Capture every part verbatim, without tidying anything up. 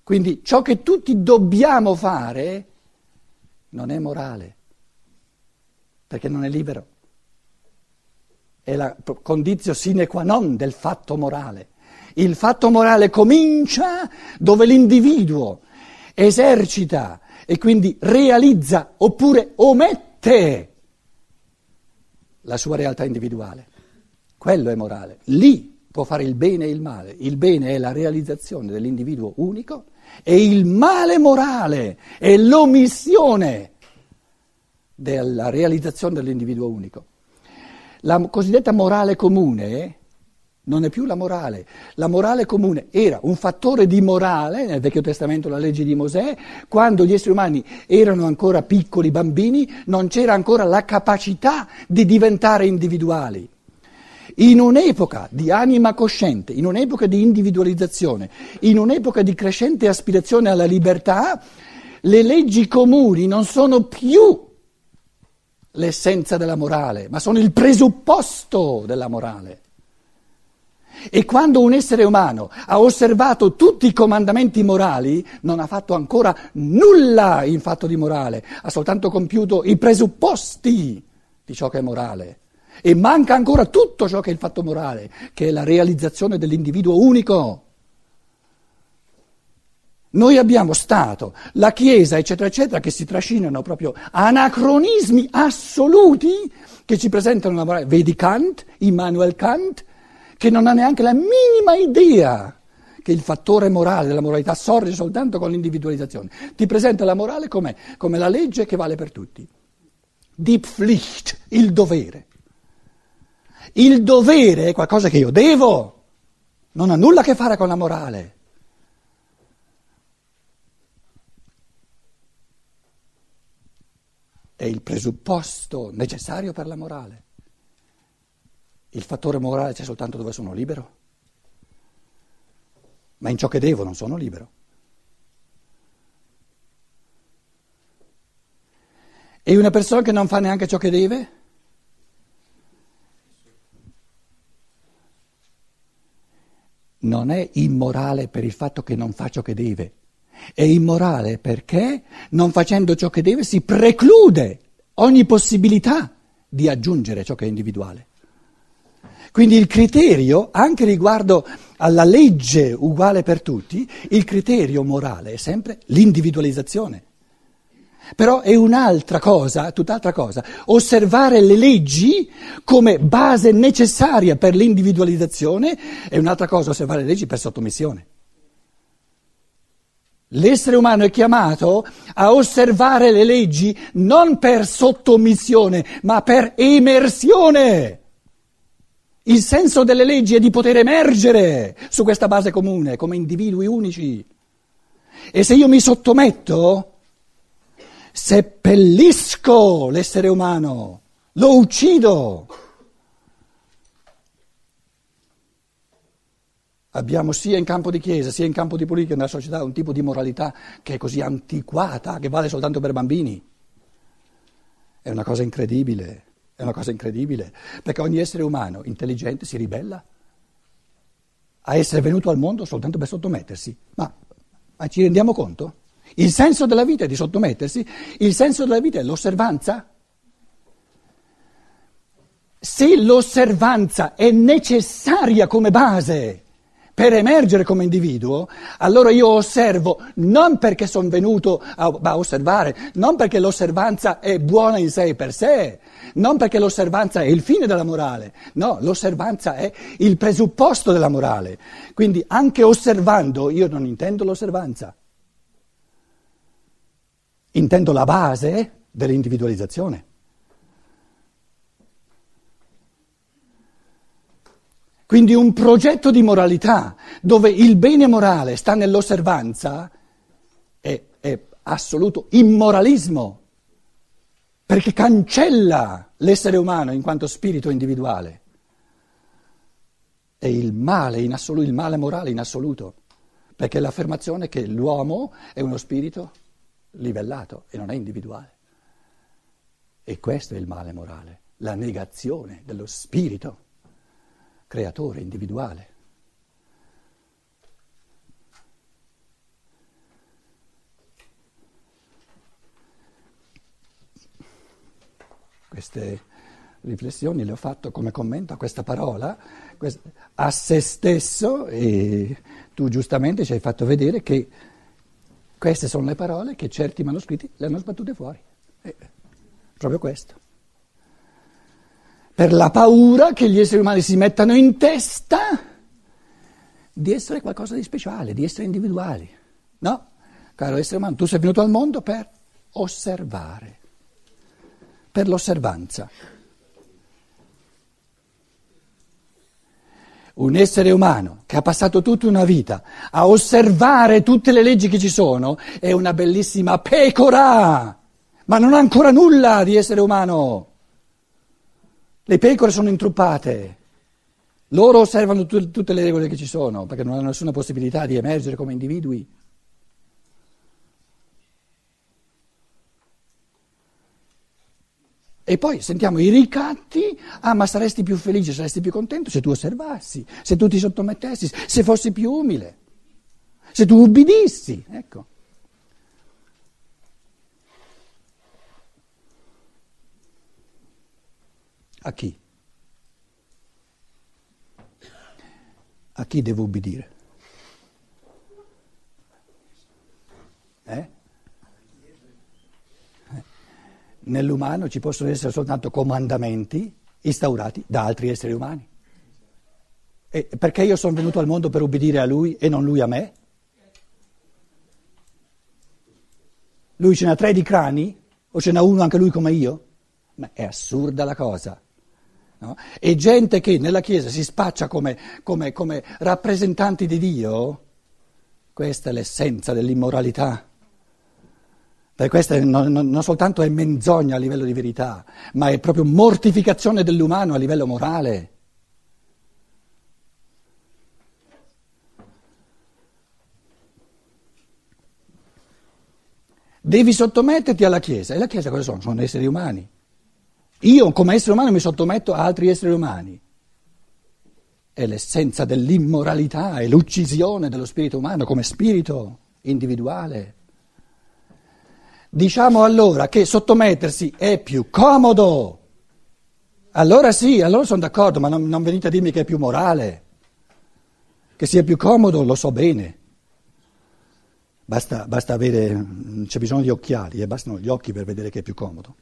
Quindi ciò che tutti dobbiamo fare non è morale, perché non è libero. È la condizio sine qua non del fatto morale. Il fatto morale comincia dove l'individuo esercita e quindi realizza oppure omette la sua realtà individuale. Quello è morale. Lì può fare il bene e il male. Il bene è la realizzazione dell'individuo unico e il male morale è l'omissione della realizzazione dell'individuo unico. La cosiddetta morale comune non è più la morale. La morale comune era un fattore di morale, nel Vecchio Testamento la legge di Mosè, quando gli esseri umani erano ancora piccoli bambini, non c'era ancora la capacità di diventare individuali. In un'epoca di anima cosciente, in un'epoca di individualizzazione, in un'epoca di crescente aspirazione alla libertà, le leggi comuni non sono più l'essenza della morale, ma sono il presupposto della morale. E quando un essere umano ha osservato tutti i comandamenti morali, non ha fatto ancora nulla in fatto di morale, ha soltanto compiuto i presupposti di ciò che è morale. E manca ancora tutto ciò che è il fatto morale, che è la realizzazione dell'individuo unico. Noi abbiamo Stato, la Chiesa, eccetera, eccetera, che si trascinano proprio anacronismi assoluti che ci presentano la morale. Vedi Kant, Immanuel Kant, che non ha neanche la minima idea che il fattore morale della moralità sorge soltanto con l'individualizzazione. Ti presenta la morale com'è? Come la legge che vale per tutti. Die Pflicht, il dovere. Il dovere è qualcosa che io devo, non ha nulla a che fare con la morale. È il presupposto necessario per la morale. Il fattore morale c'è soltanto dove sono libero, ma in ciò che devo non sono libero. E una persona che non fa neanche ciò che deve? Non è immorale per il fatto che non fa ciò che deve, è immorale perché non facendo ciò che deve si preclude ogni possibilità di aggiungere ciò che è individuale. Quindi il criterio, anche riguardo alla legge uguale per tutti, il criterio morale è sempre l'individualizzazione. Però è un'altra cosa, tutt'altra cosa, osservare le leggi come base necessaria per l'individualizzazione è un'altra cosa osservare le leggi per sottomissione. L'essere umano è chiamato a osservare le leggi non per sottomissione, ma per emersione. Il senso delle leggi è di poter emergere su questa base comune, come individui unici. E se io mi sottometto, seppellisco l'essere umano, lo uccido. Abbiamo sia in campo di chiesa, sia in campo di politica nella società un tipo di moralità che è così antiquata, che vale soltanto per bambini. È una cosa incredibile, è una cosa incredibile, perché ogni essere umano intelligente si ribella a essere venuto al mondo soltanto per sottomettersi. Ma, ma ci rendiamo conto? Il senso della vita è di sottomettersi, il senso della vita è l'osservanza. Se l'osservanza è necessaria come base per emergere come individuo, allora io osservo non perché sono venuto a, a osservare, non perché l'osservanza è buona in sé per sé, non perché l'osservanza è il fine della morale, no, l'osservanza è il presupposto della morale. Quindi anche osservando io non intendo l'osservanza, intendo la base dell'individualizzazione. Quindi un progetto di moralità dove il bene morale sta nell'osservanza è, è assoluto immoralismo, perché cancella l'essere umano in quanto spirito individuale. È il male in assoluto, il male morale in assoluto, perché è l'affermazione che l'uomo è uno spirito livellato e non è individuale. E questo è il male morale, la negazione dello spirito creatore individuale. queste riflessioni le ho fatto come commento a questa parola, a se stesso, e tu giustamente ci hai fatto vedere che queste sono le parole che certi manoscritti le hanno sbattute fuori. Eh, proprio questo. Per la paura che gli esseri umani si mettano in testa di essere qualcosa di speciale, di essere individuali. No, caro essere umano, tu sei venuto al mondo per osservare, per l'osservanza. Un essere umano che ha passato tutta una vita a osservare tutte le leggi che ci sono è una bellissima pecora, ma non ha ancora nulla di essere umano. Le pecore sono intruppate, loro osservano tu- tutte le regole che ci sono perché non hanno nessuna possibilità di emergere come individui. E poi sentiamo i ricatti, ah ma saresti più felice, saresti più contento se tu osservassi, se tu ti sottomettessi, se fossi più umile, se tu ubbidissi, ecco. A chi? A chi devo ubbidire? Eh? Nell'umano ci possono essere soltanto comandamenti instaurati da altri esseri umani. E perché io sono venuto al mondo per ubbidire a lui e non lui a me? Lui ce n'ha tre di crani? O ce n'ha uno anche lui come io? Ma è assurda la cosa. No? E gente che nella Chiesa si spaccia come, come, come rappresentanti di Dio, questa è l'essenza dell'immoralità. Perché questa non, non, non soltanto è menzogna a livello di verità, ma è proprio mortificazione dell'umano a livello morale. Devi sottometterti alla Chiesa. E la Chiesa cosa sono? Sono esseri umani. Io come essere umano mi sottometto a altri esseri umani. È l'essenza dell'immoralità, è l'uccisione dello spirito umano come spirito individuale. Diciamo allora che sottomettersi è più comodo. Allora sì, allora sono d'accordo, ma non, non venite a dirmi che è più morale. Che sia più comodo lo so bene. Basta, basta avere, c'è bisogno di occhiali e bastano gli occhi per vedere che è più comodo.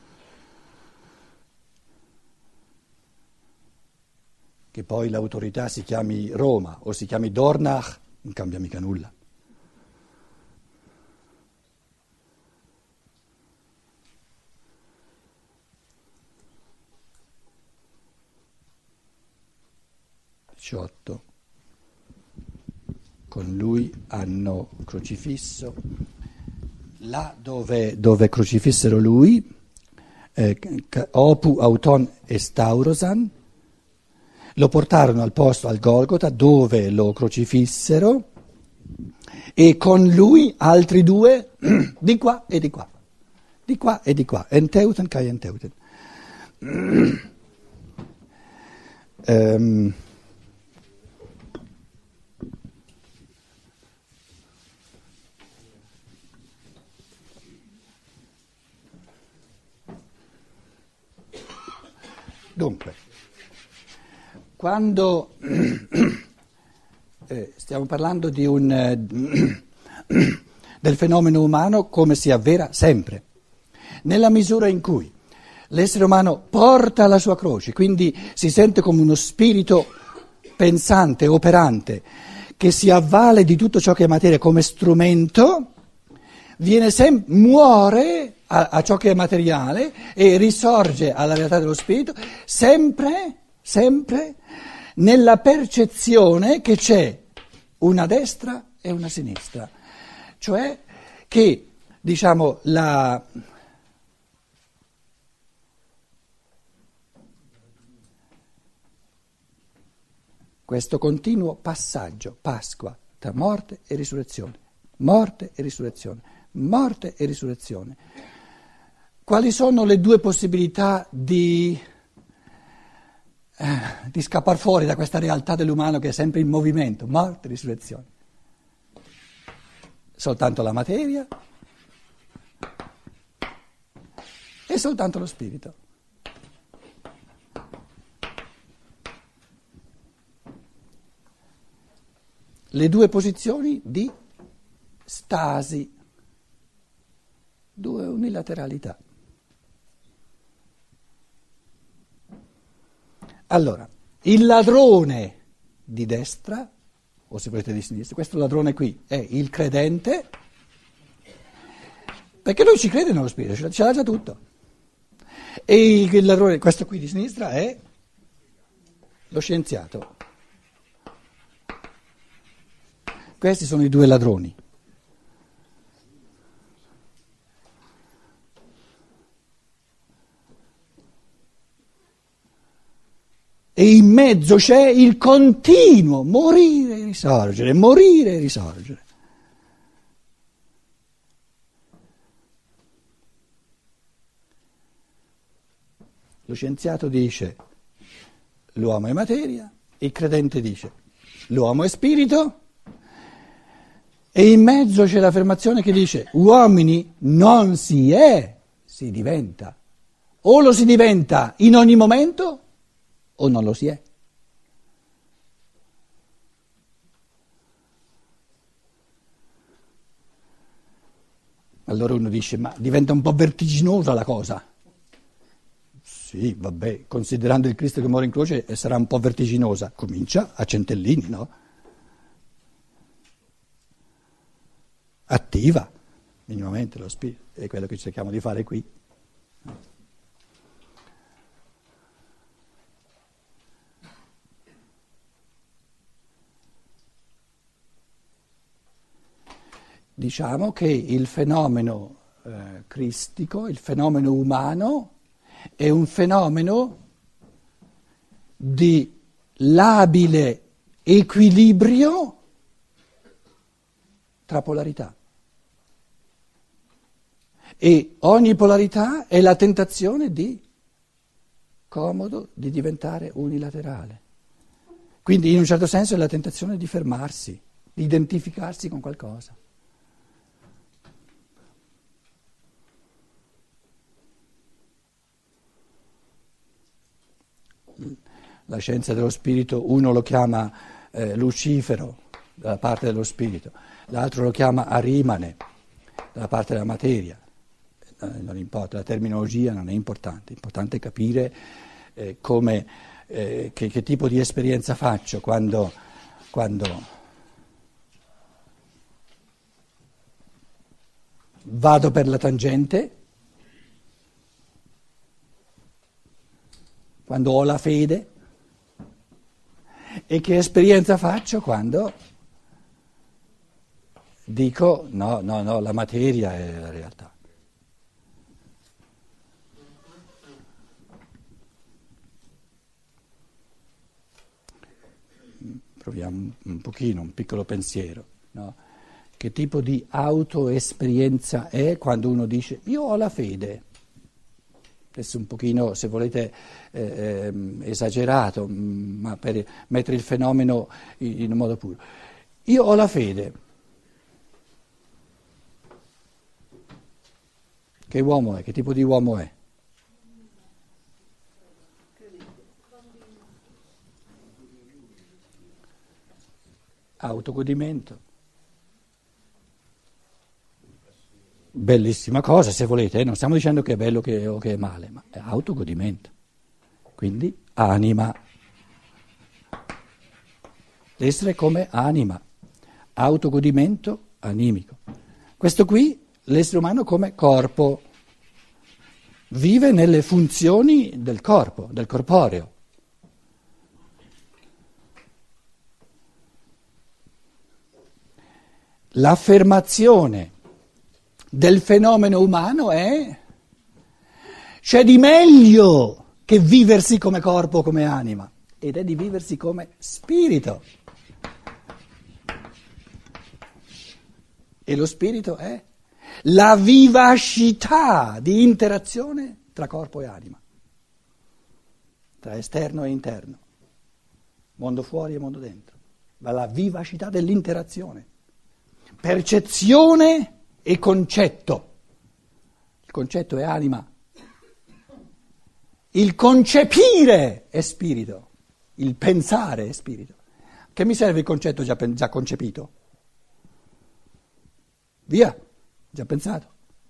Che poi l'autorità si chiami Roma o si chiami Dornach, non cambia mica nulla. diciotto. Con lui hanno crocifisso, là dove, dove crocifissero lui, eh, opu auton estaurosan, lo portarono al posto, al Golgota, dove lo crocifissero, e con lui altri due, di qua e di qua, di qua e di qua, enteuten kai enteuten. Um, Dunque, quando eh, stiamo parlando di un, eh, del fenomeno umano come si avvera sempre, nella misura in cui l'essere umano porta la sua croce, quindi si sente come uno spirito pensante, operante, che si avvale di tutto ciò che è materia come strumento, viene sem- muore a, a ciò che è materiale e risorge alla realtà dello spirito sempre, sempre nella percezione che c'è una destra e una sinistra, cioè che, diciamo, la... questo continuo passaggio, Pasqua, tra morte e risurrezione, morte e risurrezione, morte e risurrezione. Quali sono le due possibilità di, eh, di scappare fuori da questa realtà dell'umano che è sempre in movimento, morte e risurrezione? Soltanto la materia e soltanto lo spirito. le due posizioni di stasi, due unilateralità. Allora, il ladrone di destra, o se volete di sinistra, questo ladrone qui è il credente, perché lui ci crede nello spirito, ce l'ha già tutto. E il ladrone, questo qui di sinistra, è lo scienziato. Questi sono i due ladroni. E in mezzo c'è il continuo morire e risorgere, morire e risorgere. Lo scienziato dice l'uomo è materia, il credente dice l'uomo è spirito, e in mezzo c'è l'affermazione che dice uomini non si è, si diventa. O lo si diventa in ogni momento o non lo si è. Allora uno dice, ma diventa un po' vertiginosa la cosa. Sì, vabbè, considerando il Cristo che muore in croce sarà un po' vertiginosa. Comincia a centellini, no? Attiva minimamente lo spirito, è quello che cerchiamo di fare qui. Diciamo che il fenomeno eh, cristico, il fenomeno umano, è un fenomeno di labile equilibrio tra polarità. E ogni polarità è la tentazione di, comodo, di diventare unilaterale. Quindi in un certo senso è la tentazione di fermarsi, di identificarsi con qualcosa. La scienza dello spirito, uno lo chiama eh, Lucifero, dalla parte dello spirito, l'altro lo chiama Arimane, dalla parte della materia. Eh, non importa, la terminologia non è importante, è importante capire eh, come, eh, che, che tipo di esperienza faccio quando, quando vado per la tangente, quando ho la fede. E che esperienza faccio quando dico no, no, no, la materia è la realtà. Proviamo un pochino, un piccolo pensiero, no? Che tipo di autoesperienza è quando uno dice io ho la fede? Adesso un pochino, se volete, eh, esagerato, ma per mettere il fenomeno in, in un modo puro. Io ho la fede. Che uomo è? Che tipo di uomo è? Autogodimento. Bellissima cosa, se volete, eh? Non stiamo dicendo che è bello che, o che è male, ma è autogodimento. Quindi anima. L'essere come anima. Autogodimento animico. Questo qui, l'essere umano come corpo. Vive nelle funzioni del corpo, del corporeo. L'affermazione del fenomeno umano è c'è di meglio che viversi come corpo, come anima, ed è di viversi come spirito. E lo spirito è la vivacità di interazione tra corpo e anima, tra esterno e interno, mondo fuori e mondo dentro, ma la vivacità dell'interazione, percezione e concetto. Il concetto è anima, il concepire è spirito, il pensare è spirito, Che mi serve il concetto già, già concepito? Via, già pensato.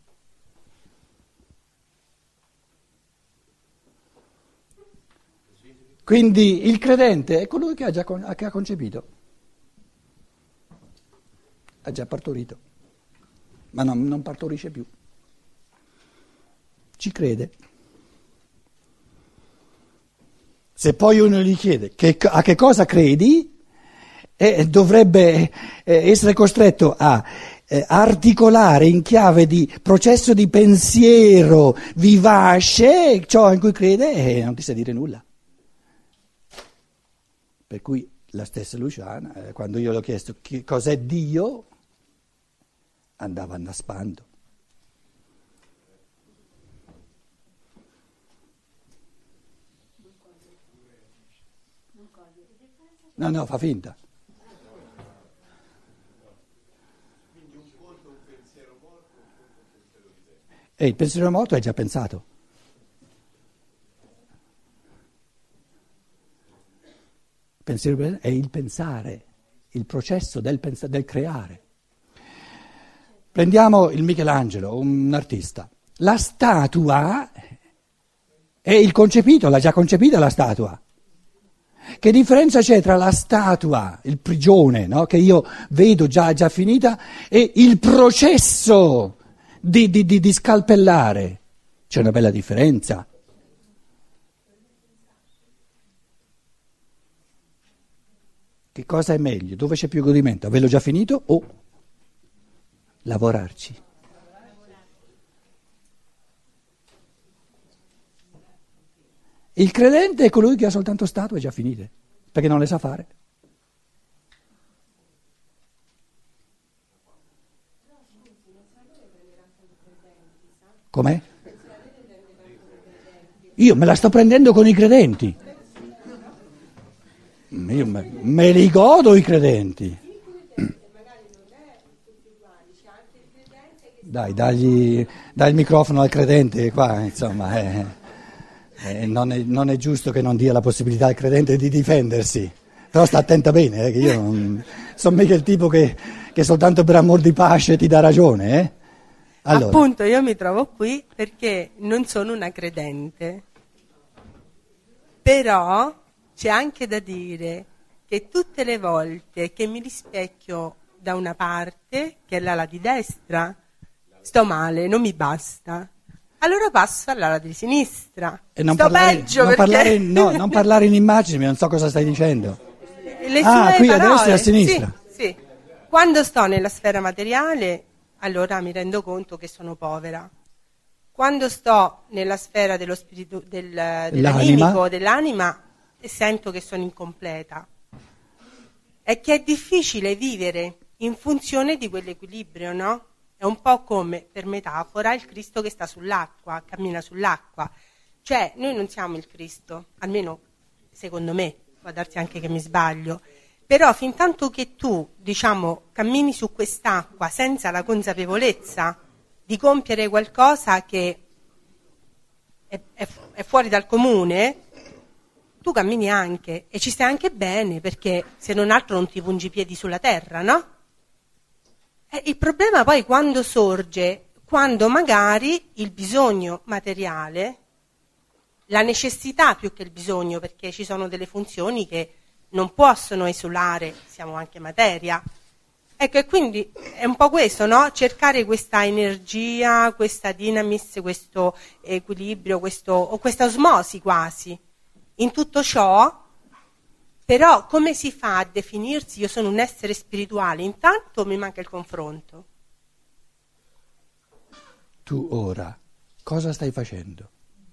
Quindi il credente è colui che ha già che ha concepito, ha già partorito, ma non, non partorisce più. Ci crede. Se poi uno gli chiede che, a che cosa credi, eh, dovrebbe eh, essere costretto a eh, articolare in chiave di processo di pensiero vivace ciò in cui crede e non ti sa dire nulla. Per cui la stessa Luciana, eh, quando io le ho chiesto che cos'è Dio, andava annaspando. No, no, fa finta. E il pensiero morto è già pensato. Il pensiero è il pensare, il processo del, pens- del creare. Prendiamo il Michelangelo, un artista. La statua è il concepito, l'ha già concepita la statua. Che differenza c'è tra la statua, il prigione, no? Che io vedo già, già finita, e il processo di, di, di, di scalpellare? C'è una bella differenza. Che cosa è meglio? Dove c'è più godimento? Averlo già finito o lavorarci? Il credente è colui che ha soltanto statue già finite, perché non le sa fare. Com'è? Io me la sto prendendo con i credenti. Io me, me li godo i credenti. Dai, dagli, dai il microfono al credente qua, insomma. Eh. Eh, non, è, non è giusto che non dia la possibilità al credente di difendersi, però sta attenta bene, eh, che io non sono mica il tipo che, che soltanto per amor di pace ti dà ragione. Eh? Allora. Appunto, io mi trovo qui perché non sono una credente, però c'è anche da dire che tutte le volte che mi rispecchio da una parte, che è l'ala di destra, sto male, non mi basta. Allora passo all'ala di sinistra. E non Sto parlare, peggio non, perché... parlare, no, non parlare in immagini, non so cosa stai dicendo. Le ah, sue qui parole, a destra e a sinistra. Sì, sì. Quando sto nella sfera materiale, allora mi rendo conto che sono povera. Quando sto nella sfera dello spirito, del, dell'animico, dell'anima, sento che sono incompleta. E che è difficile vivere in funzione di quell'equilibrio, no? È un po' come, per metafora, il Cristo che sta sull'acqua, cammina sull'acqua. Cioè, noi non siamo il Cristo, almeno secondo me, può darsi anche che mi sbaglio, però fin tanto che tu, diciamo, cammini su quest'acqua senza la consapevolezza di compiere qualcosa che è, è, è fuori dal comune, tu cammini anche e ci stai anche bene, perché se non altro non ti pungi i piedi sulla terra, no? Eh, il problema poi quando sorge, quando magari il bisogno materiale, la necessità più che il bisogno, perché ci sono delle funzioni che non possono esulare, siamo anche materia. Ecco, e quindi è un po' questo, no? Cercare questa energia, questa dinamis, questo equilibrio, questo, o questa osmosi quasi. In tutto ciò, però, come si fa a definirsi io sono un essere spirituale? Intanto mi manca il confronto. Tu ora cosa stai facendo?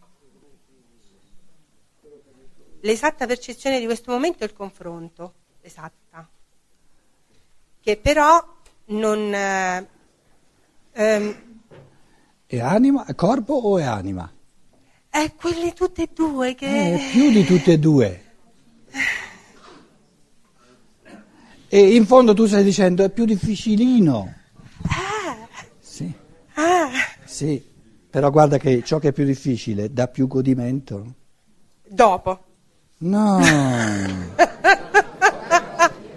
L'esatta percezione di questo momento è il confronto, esatta, che però non... Eh, ehm, è anima, è corpo o è anima? È quelle tutte e due che... È più di tutte e due. E in fondo tu stai dicendo è più difficilino. Ah, sì. Ah. Sì, però guarda che ciò che è più difficile dà più godimento. Dopo. No.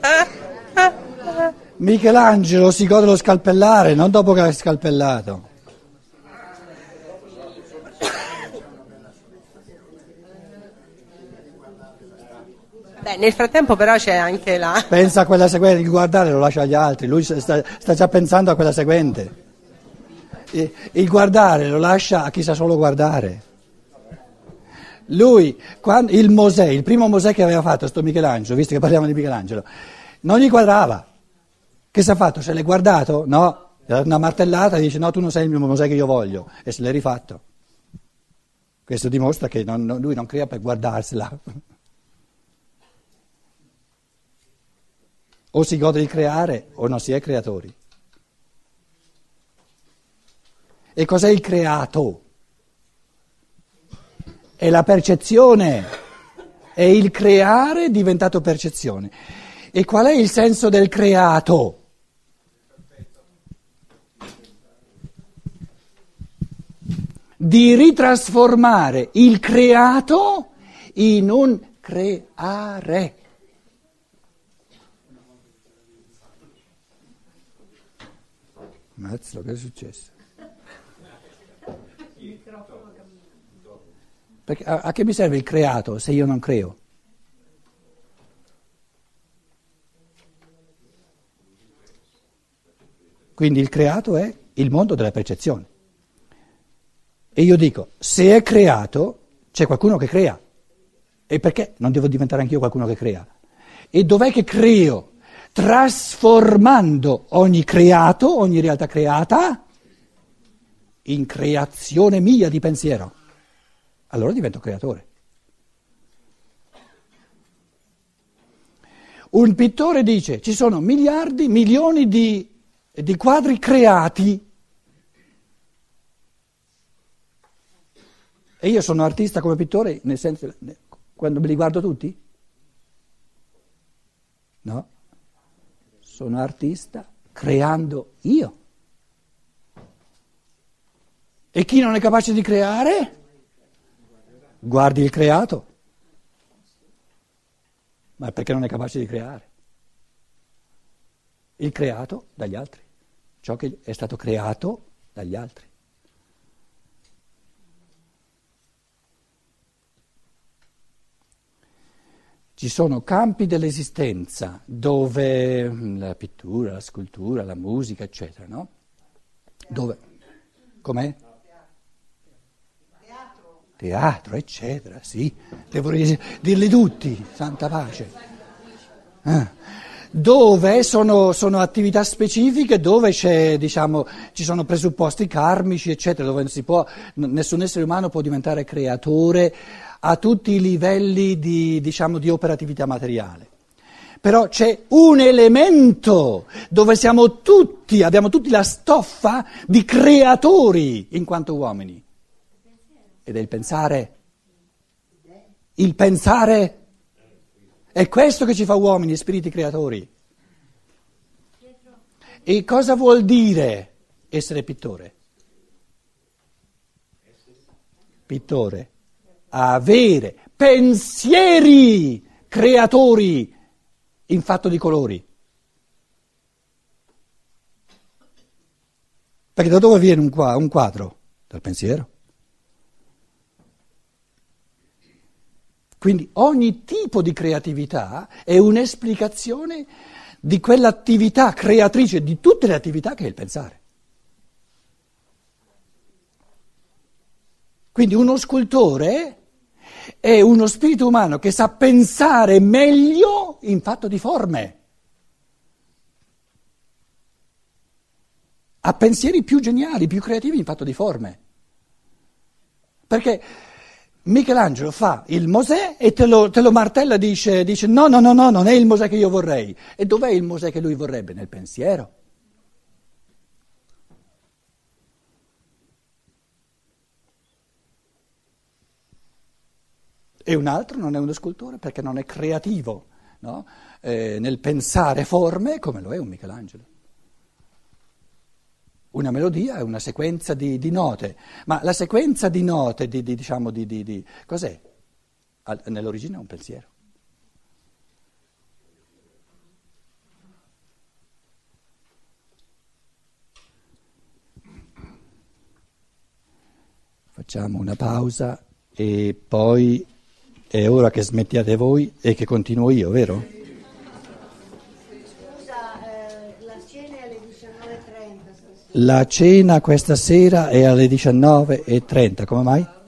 Michelangelo si gode lo scalpellare, non dopo che l'hai scalpellato. Beh, nel frattempo però c'è anche la... Pensa a quella seguente, il guardare lo lascia agli altri, lui sta, sta già pensando a quella seguente. Il guardare lo lascia a chi sa solo guardare. Lui, quando, il Mosè, il primo Mosè che aveva fatto, sto Michelangelo, visto che parliamo di Michelangelo, non gli quadrava. Che si è fatto? Se l'è guardato? No, una martellata e dice no, tu non sei il mio Mosè che io voglio, e se l'è rifatto. Questo dimostra che non, non, lui non crea per guardarsela. O si gode di creare o non si è creatori. E cos'è il creato? È la percezione, è il creare diventato percezione. E qual è il senso del creato? Di ritrasformare il creato in un creare. Mazzo, che è successo? Perché a, a che mi serve il creato se io non creo? Quindi il creato è il mondo della percezione. E io dico, se è creato, c'è qualcuno che crea. E perché non devo diventare anch'io qualcuno che crea? E dov'è che creo? Trasformando ogni creato, ogni realtà creata, in creazione mia di pensiero. Allora divento creatore. Un pittore dice, ci sono miliardi, milioni di, di quadri creati. E io sono artista come pittore, nel senso, quando me li guardo tutti? No. Sono artista creando io. E chi non è capace di creare? Guardi il creato. Ma perché non è capace di creare? Il creato dagli altri. Ciò che è stato creato dagli altri. Ci sono campi dell'esistenza dove la pittura, la scultura, la musica, eccetera, no? Dove? Com'è? Teatro. Teatro, eccetera, sì. Devo dirli tutti, santa pace. Ah. Dove sono, sono attività specifiche, dove c'è, diciamo, ci sono presupposti karmici, eccetera, dove si può, nessun essere umano può diventare creatore a tutti i livelli di, diciamo, di operatività materiale. Però c'è un elemento dove siamo tutti, abbiamo tutti la stoffa di creatori in quanto uomini. Ed è il pensare. Il pensare è questo che ci fa uomini, spiriti creatori. E cosa vuol dire essere pittore? Pittore. Avere pensieri creatori in fatto di colori. Perché da dove viene un quadro? Dal pensiero. Quindi ogni tipo di creatività è un'esplicazione di quell'attività creatrice di tutte le attività che è il pensare. Quindi uno scultore è uno spirito umano che sa pensare meglio in fatto di forme. Ha pensieri più geniali, più creativi in fatto di forme. Perché Michelangelo fa il Mosè e te lo, te lo martella e dice, dice no, no, no, no, non è il Mosè che io vorrei. E dov'è il Mosè che lui vorrebbe? Nel pensiero. E un altro non è uno scultore perché non è creativo, no? eh, nel pensare forme come lo è un Michelangelo. Una melodia è una sequenza di, di note, ma la sequenza di note, di, di, diciamo, di, di, di cos'è? Al, nell'origine è un pensiero. Facciamo una pausa e poi è ora che smettiate voi e che continuo io, vero? Scusa, eh, la cena è alle diciannove e trenta stasera. La cena questa sera è alle diciannove e trenta, come mai?